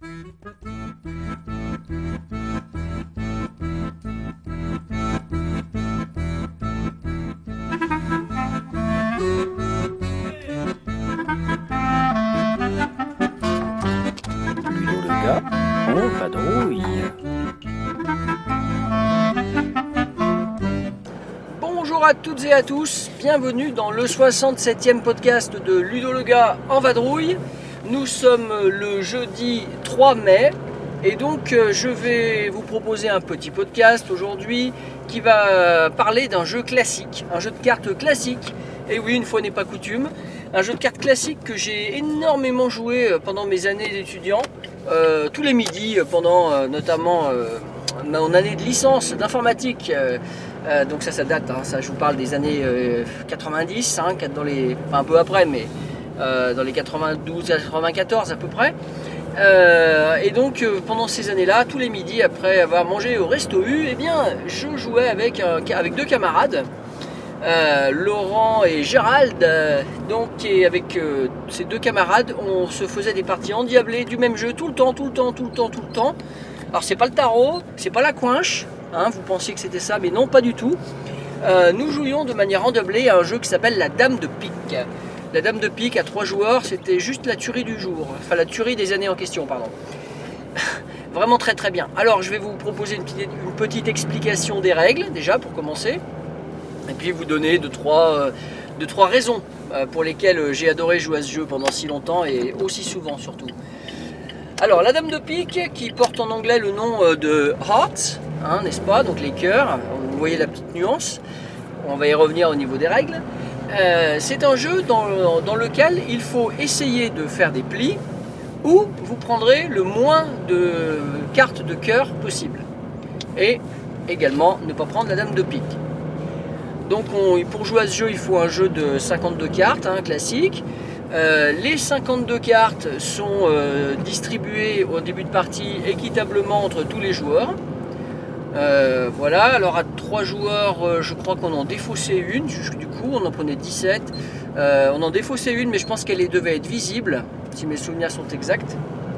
Ludo le gars, en vadrouille. Bonjour à toutes et à tous, bienvenue dans le 67e podcast de Ludo le gars en vadrouille. Nous sommes le jeudi 3 mai et donc je vais vous proposer un petit podcast aujourd'hui qui va parler d'un jeu classique, un jeu de cartes classique. Et oui, une fois n'est pas coutume, un jeu de cartes classique que j'ai énormément joué pendant mes années d'étudiant, tous les midis pendant notamment mon année de licence d'informatique. Donc ça date, ça je vous parle des années 90, un peu après, mais dans les 92-94 à peu près. Et donc pendant ces années-là, tous les midis après avoir mangé au Resto U, eh bien, je jouais avec deux camarades. Laurent et Gérald, et avec ces deux camarades, on se faisait des parties endiablées du même jeu tout le temps. Alors c'est pas le tarot, c'est pas la coinche, vous pensiez que c'était ça, mais non, pas du tout. Nous jouions de manière endiablée à un jeu qui s'appelle la Dame de Pique. La Dame de Pique à 3 joueurs, c'était juste la tuerie du jour, enfin la tuerie des années en question, pardon. Vraiment très très bien. Alors je vais vous proposer une petite explication des règles déjà pour commencer. Et puis vous donner deux, trois raisons pour lesquelles j'ai adoré jouer à ce jeu pendant si longtemps et aussi souvent surtout. Alors la Dame de Pique qui porte en anglais le nom de Hearts, n'est-ce pas, donc les cœurs, vous voyez la petite nuance, on va y revenir au niveau des règles. C'est un jeu dans lequel il faut essayer de faire des plis où vous prendrez le moins de cartes de cœur possible. Et également ne pas prendre la Dame de Pique. Donc pour jouer à ce jeu, il faut un jeu de 52 cartes, classique. Les 52 cartes sont distribuées au début de partie équitablement entre tous les joueurs. Voilà, alors à 3 joueurs, je crois qu'on en défaussait une, du coup on en prenait 17. On en défaussait une, mais je pense qu'elle devait être visible, si mes souvenirs sont exacts.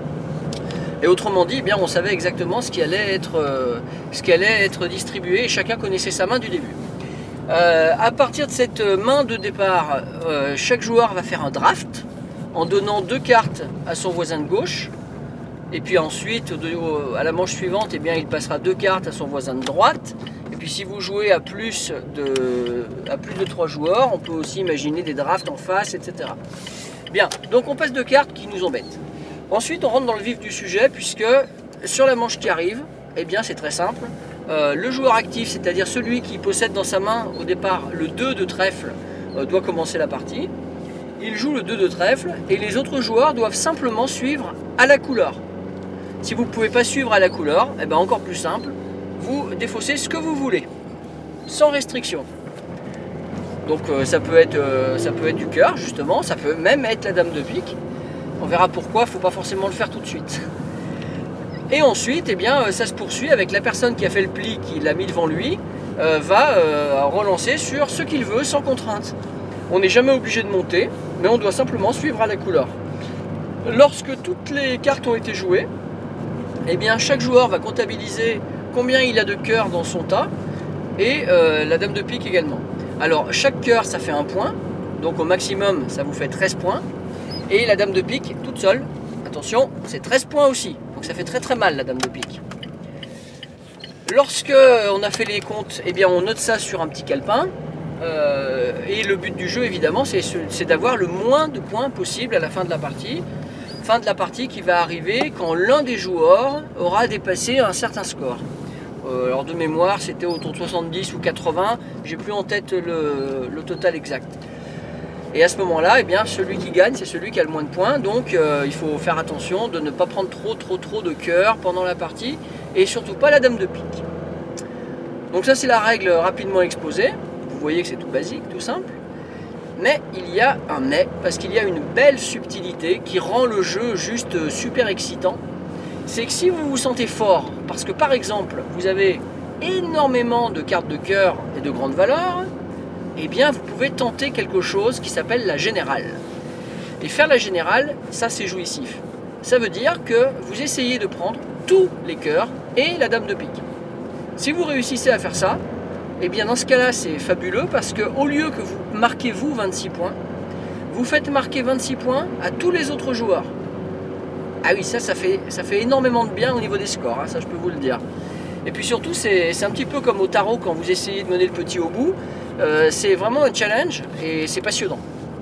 Et autrement dit, eh bien, on savait exactement ce qui allait être distribué et chacun connaissait sa main du début. À partir de cette main de départ, chaque joueur va faire un draft en donnant 2 cartes à son voisin de gauche. Et puis ensuite, à la manche suivante, eh bien, il passera 2 cartes à son voisin de droite. Et puis si vous jouez à plus de 3 joueurs, on peut aussi imaginer des drafts en face, etc. Bien, donc on passe 2 cartes qui nous embêtent. Ensuite, on rentre dans le vif du sujet, puisque sur la manche qui arrive, eh bien, c'est très simple. Le joueur actif, c'est-à-dire celui qui possède dans sa main au départ le 2 de trèfle, doit commencer la partie. Il joue le 2 de trèfle et les autres joueurs doivent simplement suivre à la couleur. Si vous ne pouvez pas suivre à la couleur, eh bien encore plus simple, vous défaussez ce que vous voulez, sans restriction. Donc ça peut être du cœur justement, ça peut même être la Dame de Pique. On verra pourquoi, il ne faut pas forcément le faire tout de suite. Et ensuite, eh bien, ça se poursuit avec la personne qui a fait le pli, qui l'a mis devant lui, va relancer sur ce qu'il veut sans contrainte. On n'est jamais obligé de monter, mais on doit simplement suivre à la couleur. Lorsque toutes les cartes ont été jouées, eh bien, chaque joueur va comptabiliser combien il a de cœurs dans son tas, et la Dame de Pique également. Alors, chaque cœur, ça fait 1 point, donc au maximum, ça vous fait 13 points, et la Dame de Pique, toute seule, attention, c'est 13 points aussi. Donc ça fait très très mal la Dame de Pique. Lorsque on a fait les comptes, eh bien on note ça sur un petit calepin. Et le but du jeu évidemment c'est d'avoir le moins de points possible à la fin de la partie. Fin de la partie qui va arriver quand l'un des joueurs aura dépassé un certain score. Alors de mémoire c'était autour de 70 ou 80, j'ai plus en tête le total exact. Et à ce moment-là, eh bien, celui qui gagne, c'est celui qui a le moins de points. Donc il faut faire attention de ne pas prendre trop de cœurs pendant la partie. Et surtout pas la Dame de Pique. Donc ça c'est la règle rapidement exposée. Vous voyez que c'est tout basique, tout simple. Mais il y a un mais, parce qu'il y a une belle subtilité qui rend le jeu juste super excitant. C'est que si vous vous sentez fort, parce que par exemple, vous avez énormément de cartes de cœur et de grande valeur, eh bien vous pouvez tenter quelque chose qui s'appelle la générale. Et faire la générale, ça c'est jouissif. ça veut dire que vous essayez de prendre tous les cœurs et la dame de pique. Si vous réussissez à faire ça, et bien dans ce cas-là, c'est fabuleux parce qu'au lieu que vous marquez vous 26 points, vous faites marquer 26 points à tous les autres joueurs. Ah oui, ça fait énormément de bien au niveau des scores, hein, ça je peux vous le dire. Et puis surtout, c'est un petit peu comme au tarot quand vous essayez de mener le petit au bout. C'est vraiment un challenge et c'est passionnant.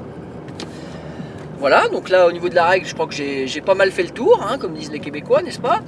Voilà, donc là au niveau de la règle, je crois que j'ai pas mal fait le tour, hein, comme disent les Québécois, n'est-ce pas?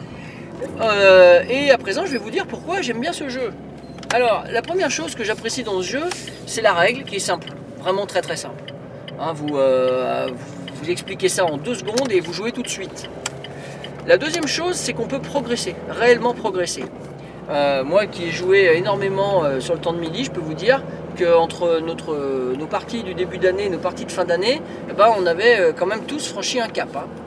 Et à présent, je vais vous dire pourquoi j'aime bien ce jeu. Alors, la première chose que j'apprécie dans ce jeu, c'est la règle qui est simple, vraiment très très simple. Hein, vous expliquez ça en 2 secondes et vous jouez tout de suite. La deuxième chose, c'est qu'on peut progresser, réellement progresser. Moi qui ai joué énormément sur le temps de midi, je peux vous dire qu'entre nos parties du début d'année et nos parties de fin d'année, on avait quand même tous franchi un cap. Hein.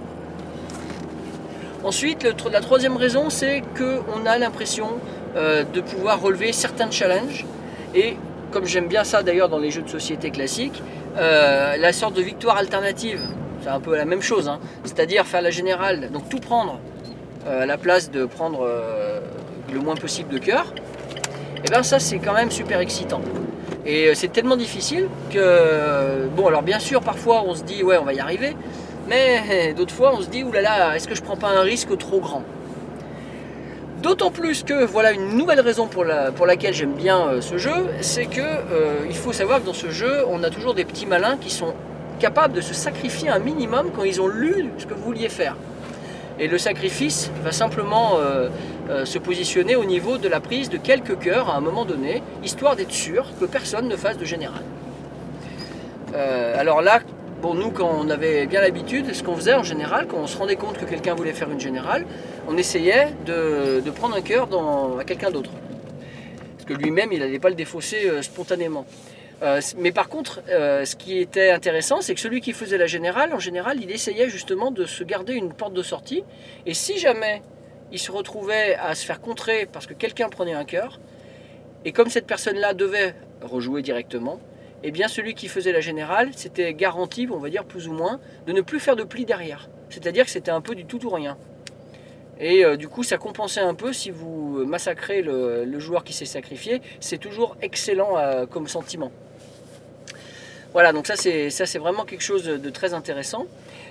Ensuite, la troisième raison, c'est qu'on a l'impression de pouvoir relever certains challenges. Et comme j'aime bien ça d'ailleurs dans les jeux de société classiques, la sorte de victoire alternative, c'est un peu la même chose. Hein. C'est-à-dire faire la générale, donc tout prendre à la place de prendre le moins possible de cœur. Et bien ça, c'est quand même super excitant. Et c'est tellement difficile que, bon alors bien sûr, parfois on se dit ouais on va y arriver. Mais d'autres fois, on se dit, oulala, est-ce que je prends pas un risque trop grand? D'autant plus que, voilà une nouvelle raison pour laquelle j'aime bien ce jeu, c'est que il faut savoir que dans ce jeu, on a toujours des petits malins qui sont capables de se sacrifier un minimum quand ils ont lu ce que vous vouliez faire. Et le sacrifice va simplement se positionner au niveau de la prise de quelques cœurs à un moment donné, histoire d'être sûr que personne ne fasse de général. Alors là, bon, nous, quand on avait bien l'habitude, ce qu'on faisait en général, quand on se rendait compte que quelqu'un voulait faire une générale, on essayait de prendre un cœur à quelqu'un d'autre. Parce que lui-même, il n'allait pas le défausser spontanément. Mais par contre, ce qui était intéressant, c'est que celui qui faisait la générale, en général, il essayait justement de se garder une porte de sortie. Et si jamais il se retrouvait à se faire contrer parce que quelqu'un prenait un cœur, et comme cette personne-là devait rejouer directement, eh bien celui qui faisait la générale, c'était garanti, on va dire plus ou moins, de ne plus faire de pli derrière. C'est-à-dire que c'était un peu du tout ou rien. Et du coup, ça compensait un peu si vous massacrez le joueur qui s'est sacrifié. C'est toujours excellent comme sentiment. Voilà, donc ça c'est vraiment quelque chose de très intéressant.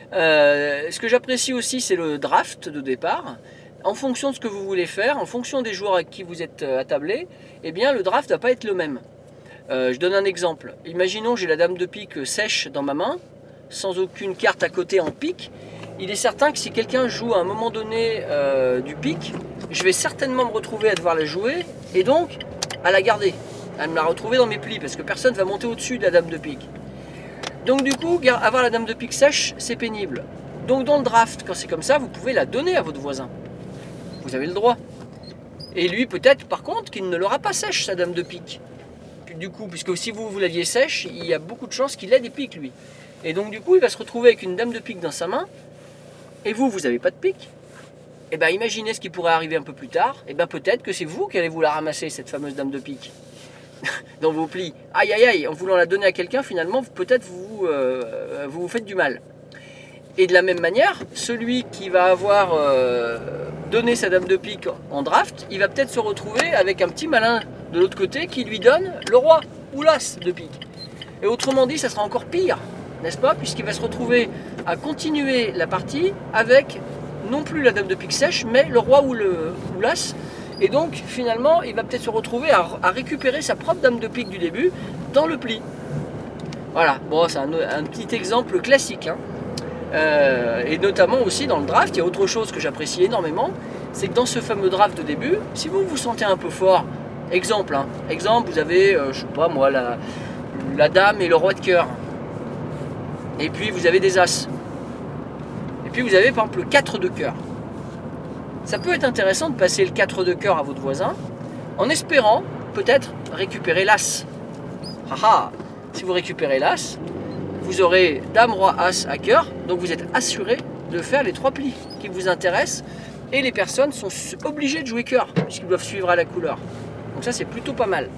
Ce que j'apprécie aussi, c'est le draft de départ. En fonction de ce que vous voulez faire, en fonction des joueurs avec qui vous êtes attablés, eh bien le draft ne va pas être le même. Je donne un exemple. Imaginons j'ai la dame de pique sèche dans ma main, sans aucune carte à côté en pique. Il est certain que si quelqu'un joue à un moment donné du pique, je vais certainement me retrouver à devoir la jouer et donc à la garder, à me la retrouver dans mes plis parce que personne ne va monter au-dessus de la dame de pique. Donc du coup, avoir la dame de pique sèche, c'est pénible. Donc dans le draft, quand c'est comme ça, vous pouvez la donner à votre voisin. Vous avez le droit. Et lui peut-être par contre qu'il ne l'aura pas sèche sa dame de pique. Du coup, puisque si vous l'aviez sèche, il y a beaucoup de chances qu'il ait des piques lui. Et donc du coup, il va se retrouver avec une dame de pique dans sa main, et vous n'avez pas de pique. Et bien imaginez ce qui pourrait arriver un peu plus tard, et bien peut-être que c'est vous qui allez vous la ramasser, cette fameuse dame de pique, dans vos plis. Aïe aïe aïe, en voulant la donner à quelqu'un, finalement, peut-être vous faites du mal. Et de la même manière, celui qui va avoir donné sa dame de pique en draft, il va peut-être se retrouver avec un petit malin de l'autre côté qui lui donne le roi ou l'as de pique. Et autrement dit, ça sera encore pire, n'est-ce pas? Puisqu'il va se retrouver à continuer la partie avec non plus la dame de pique sèche, mais le roi ou l'as. Et donc, finalement, il va peut-être se retrouver à récupérer sa propre dame de pique du début dans le pli. Voilà, bon, c'est un petit exemple classique. Hein. Et notamment aussi dans le draft, il y a autre chose que j'apprécie énormément, c'est que dans ce fameux draft de début, si vous vous sentez un peu fort, exemple, vous avez, je sais pas moi, la dame et le roi de cœur, et puis vous avez des as, et puis vous avez par exemple le 4 de cœur. Ça peut être intéressant de passer le 4 de cœur à votre voisin, en espérant peut-être récupérer l'as. Haha, si vous récupérez l'as, vous aurez dame, roi, as à cœur, donc vous êtes assuré de faire les 3 plis qui vous intéressent, et les personnes sont obligées de jouer cœur, puisqu'ils doivent suivre à la couleur. Donc ça c'est plutôt pas mal.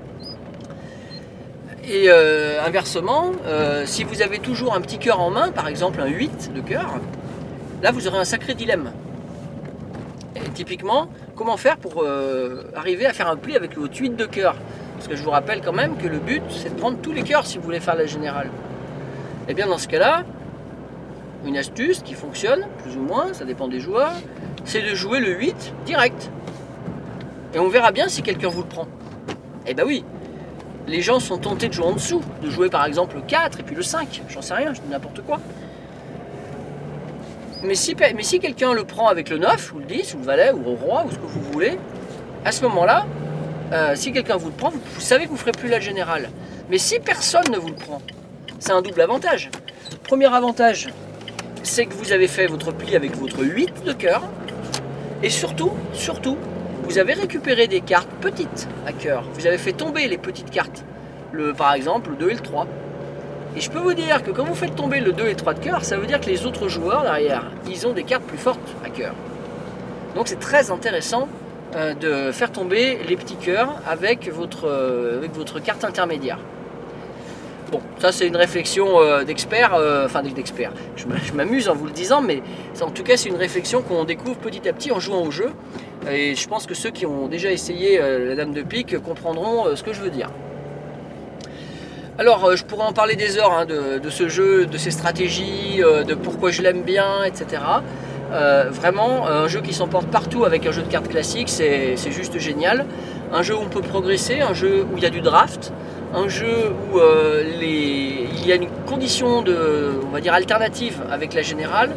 Et inversement, si vous avez toujours un petit cœur en main, par exemple un 8 de cœur, là vous aurez un sacré dilemme. Et typiquement, comment faire pour arriver à faire un pli avec votre 8 de cœur? Parce que je vous rappelle quand même que le but, c'est de prendre tous les cœurs si vous voulez faire la générale. Et bien dans ce cas-là, une astuce qui fonctionne, plus ou moins, ça dépend des joueurs, c'est de jouer le 8 direct. Et on verra bien si quelqu'un vous le prend. Eh ben oui, les gens sont tentés de jouer en dessous, de jouer par exemple le 4 et puis le 5, j'en sais rien, je dis n'importe quoi. Mais si quelqu'un le prend avec le 9, ou le 10, ou le valet, ou le roi, ou ce que vous voulez, à ce moment-là, si quelqu'un vous le prend, vous savez que vous ne ferez plus la générale. Mais si personne ne vous le prend, c'est un double avantage. Premier avantage, c'est que vous avez fait votre pli avec votre 8 de cœur. Et surtout, vous avez récupéré des cartes petites à cœur. Vous avez fait tomber les petites cartes. Par exemple, le 2 et le 3. Et je peux vous dire que quand vous faites tomber le 2 et le 3 de cœur, ça veut dire que les autres joueurs derrière, ils ont des cartes plus fortes à cœur. Donc c'est très intéressant de faire tomber les petits cœurs avec votre carte intermédiaire. Bon, ça c'est une réflexion d'expert, d'expert. Je m'amuse en vous le disant, mais en tout cas c'est une réflexion qu'on découvre petit à petit en jouant au jeu. Et je pense que ceux qui ont déjà essayé la dame de pique comprendront ce que je veux dire. Alors je pourrais en parler des heures de ce jeu, de ses stratégies, de pourquoi je l'aime bien, etc. Vraiment, un jeu qui s'emporte partout avec un jeu de cartes classique, c'est juste génial. Un jeu où on peut progresser, un jeu où il y a du draft, un jeu où il y a une condition on va dire alternative avec la générale.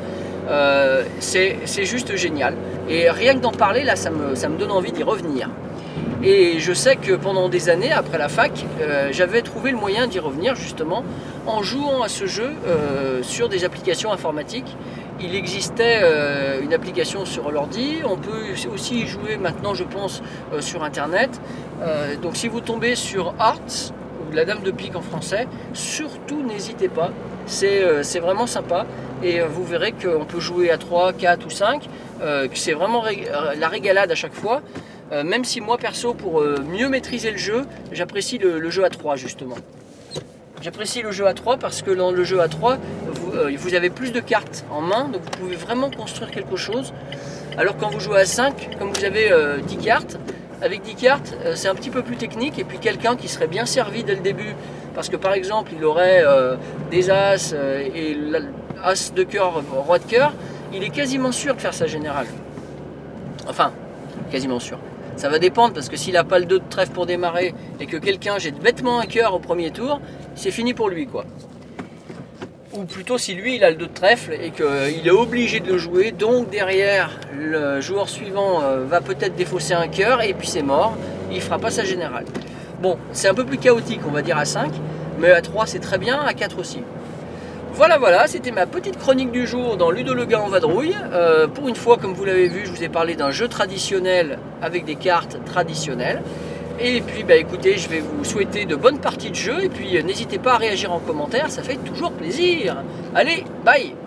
C'est juste génial. Et rien que d'en parler, là, ça me donne envie d'y revenir. Et je sais que pendant des années, après la fac, j'avais trouvé le moyen d'y revenir justement en jouant à ce jeu sur des applications informatiques. Il existait une application sur l'ordi, on peut aussi y jouer maintenant je pense sur internet. Donc si vous tombez sur Hearts, ou la dame de pique en français, surtout n'hésitez pas, c'est vraiment sympa. Et vous verrez qu'on peut jouer à 3, 4 ou 5, que c'est vraiment la régalade à chaque fois. Même si moi perso, pour mieux maîtriser le jeu, j'apprécie le jeu à 3 justement. J'apprécie le jeu à 3 parce que dans le jeu à 3, vous avez plus de cartes en main, donc vous pouvez vraiment construire quelque chose. Alors quand vous jouez à 5, comme vous avez 10 cartes, avec 10 cartes, c'est un petit peu plus technique. Et puis quelqu'un qui serait bien servi dès le début, parce que par exemple, il aurait des As et As de cœur, Roi de cœur, il est quasiment sûr de faire sa générale. Enfin, quasiment sûr. Ça va dépendre parce que s'il n'a pas le 2 de trèfle pour démarrer et que quelqu'un jette bêtement un cœur au premier tour, c'est fini pour lui quoi. Ou plutôt si lui il a le 2 de trèfle et qu'il est obligé de le jouer, donc derrière le joueur suivant va peut-être défausser un cœur et puis c'est mort, il ne fera pas sa générale. Bon, c'est un peu plus chaotique on va dire à 5, mais à 3 c'est très bien, à 4 aussi. Voilà, c'était ma petite chronique du jour dans Ludo le gars en vadrouille. Pour une fois, comme vous l'avez vu, je vous ai parlé d'un jeu traditionnel avec des cartes traditionnelles. Et puis, écoutez, je vais vous souhaiter de bonnes parties de jeu. Et puis, n'hésitez pas à réagir en commentaire, ça fait toujours plaisir. Allez, bye!